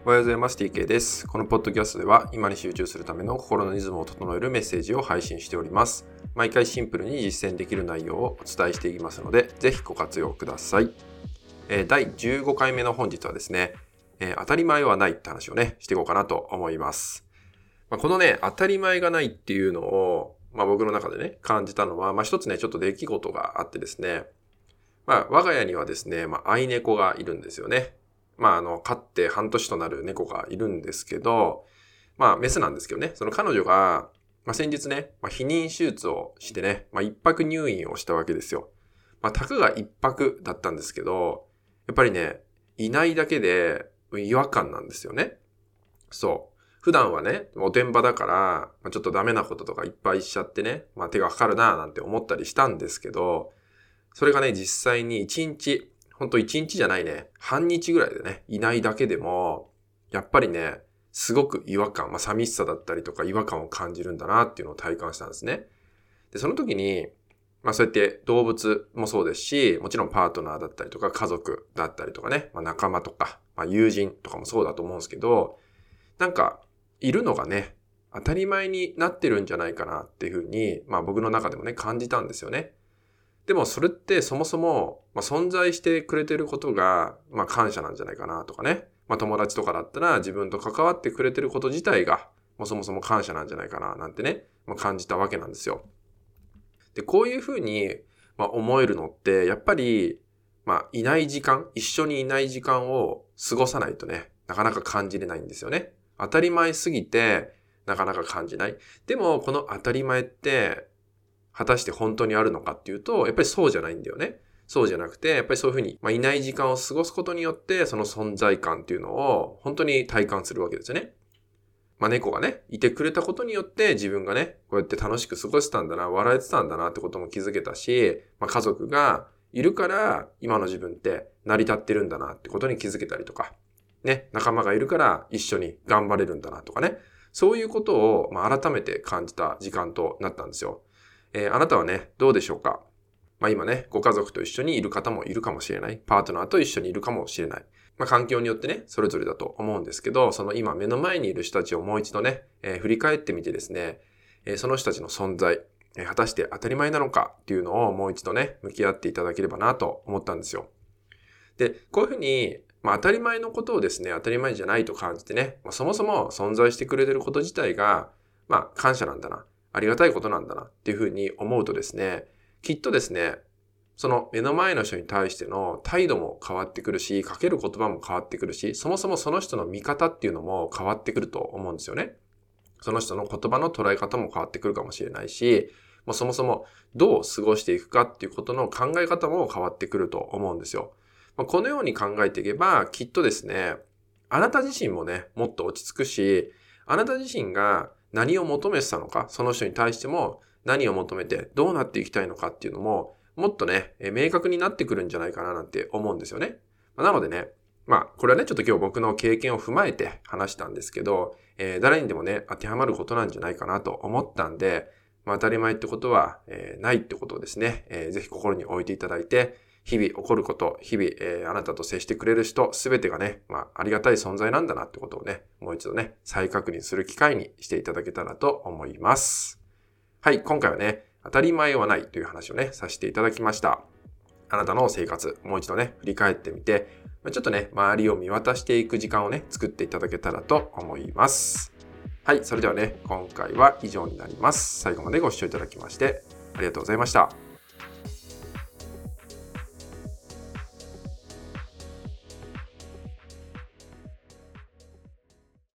おはようございます。TK です。このポッドキャストでは今に集中するための心のリズムを整えるメッセージを配信しております。毎回シンプルに実践できる内容をお伝えしていきますので、ぜひご活用ください。第15回目の本日はですね、当たり前はないって話をね、していこうかなと思います。このね、当たり前がないっていうのを、僕の中でね、感じたのは、一つね、ちょっと出来事があってですね、我が家にはですね、愛猫がいるんですよね。飼って半年となる猫がいるんですけど、メスなんですけどね、その彼女が、先日ね、避妊手術をしてね、一泊入院をしたわけですよ。たかが一泊だったんですけど、やっぱりね、いないだけで違和感なんですよね。そう。普段はね、おてんばだから、ちょっとダメなこととかいっぱいしちゃってね、手がかかるなぁなんて思ったりしたんですけど、それがね、実際にほんと1日じゃないね、半日ぐらいでね、いないだけでも、やっぱりね、すごく違和感、寂しさだったりとか違和感を感じるんだなっていうのを体感したんですね。で、その時に、そうやって動物もそうですし、もちろんパートナーだったりとか家族だったりとかね、仲間とか、友人とかもそうだと思うんですけど、いるのがね、当たり前になってるんじゃないかなっていうふうに、僕の中でもね、感じたんですよね。でもそれってそもそも、存在してくれてることが、感謝なんじゃないかなとかね。友達とかだったら自分と関わってくれてること自体が、そもそも感謝なんじゃないかななんてね、感じたわけなんですよ。で、こういうふうに、思えるのって、やっぱり、いない時間、一緒にいない時間を過ごさないとね、なかなか感じれないんですよね。当たり前すぎて、なかなか感じない。でも、この当たり前って、果たして本当にあるのかっていうと、やっぱりそうじゃないんだよね。そうじゃなくて、やっぱりそういうふうに、いない時間を過ごすことによって、その存在感っていうのを本当に体感するわけですよね。猫がね、いてくれたことによって自分がね、こうやって楽しく過ごしてたんだな、笑えてたんだなってことも気づけたし、家族がいるから今の自分って成り立ってるんだなってことに気づけたりとか、ね、仲間がいるから一緒に頑張れるんだなとかね、そういうことを改めて感じた時間となったんですよ。あなたはね、どうでしょうか？今ね、ご家族と一緒にいる方もいるかもしれない。パートナーと一緒にいるかもしれない。環境によってね、それぞれだと思うんですけど、その今目の前にいる人たちをもう一度ね、振り返ってみてですね、その人たちの存在、果たして当たり前なのかっていうのをもう一度ね、向き合っていただければなと思ったんですよ。で、こういうふうに、当たり前のことをですね、当たり前じゃないと感じてね、そもそも存在してくれてること自体が、感謝なんだな。ありがたいことなんだなっていうふうに思うとですね、きっとですね、その目の前の人に対しての態度も変わってくるし、かける言葉も変わってくるし、そもそもその人の見方っていうのも変わってくると思うんですよね。その人の言葉の捉え方も変わってくるかもしれないし、そもそもどう過ごしていくかっていうことの考え方も変わってくると思うんですよ。このように考えていけば、きっとですね、あなた自身もね、もっと落ち着くし、あなた自身が何を求めてたのか、その人に対しても何を求めてどうなっていきたいのかっていうのも、もっとね、明確になってくるんじゃないかななんて思うんですよね。なのでね、これはね、ちょっと今日僕の経験を踏まえて話したんですけど、誰にでもね、当てはまることなんじゃないかなと思ったんで、当たり前ってことは、ないってことをですね、ぜひ心に置いていただいて、日々起こること、日々、あなたと接してくれる人、すべてがね、ありがたい存在なんだなってことをね、もう一度ね、再確認する機会にしていただけたらと思います。はい、今回はね、当たり前はないという話をね、させていただきました。あなたの生活、もう一度ね、振り返ってみて、ちょっとね、周りを見渡していく時間をね、作っていただけたらと思います。はい、それではね、今回は以上になります。最後までご視聴いただきまして、ありがとうございました。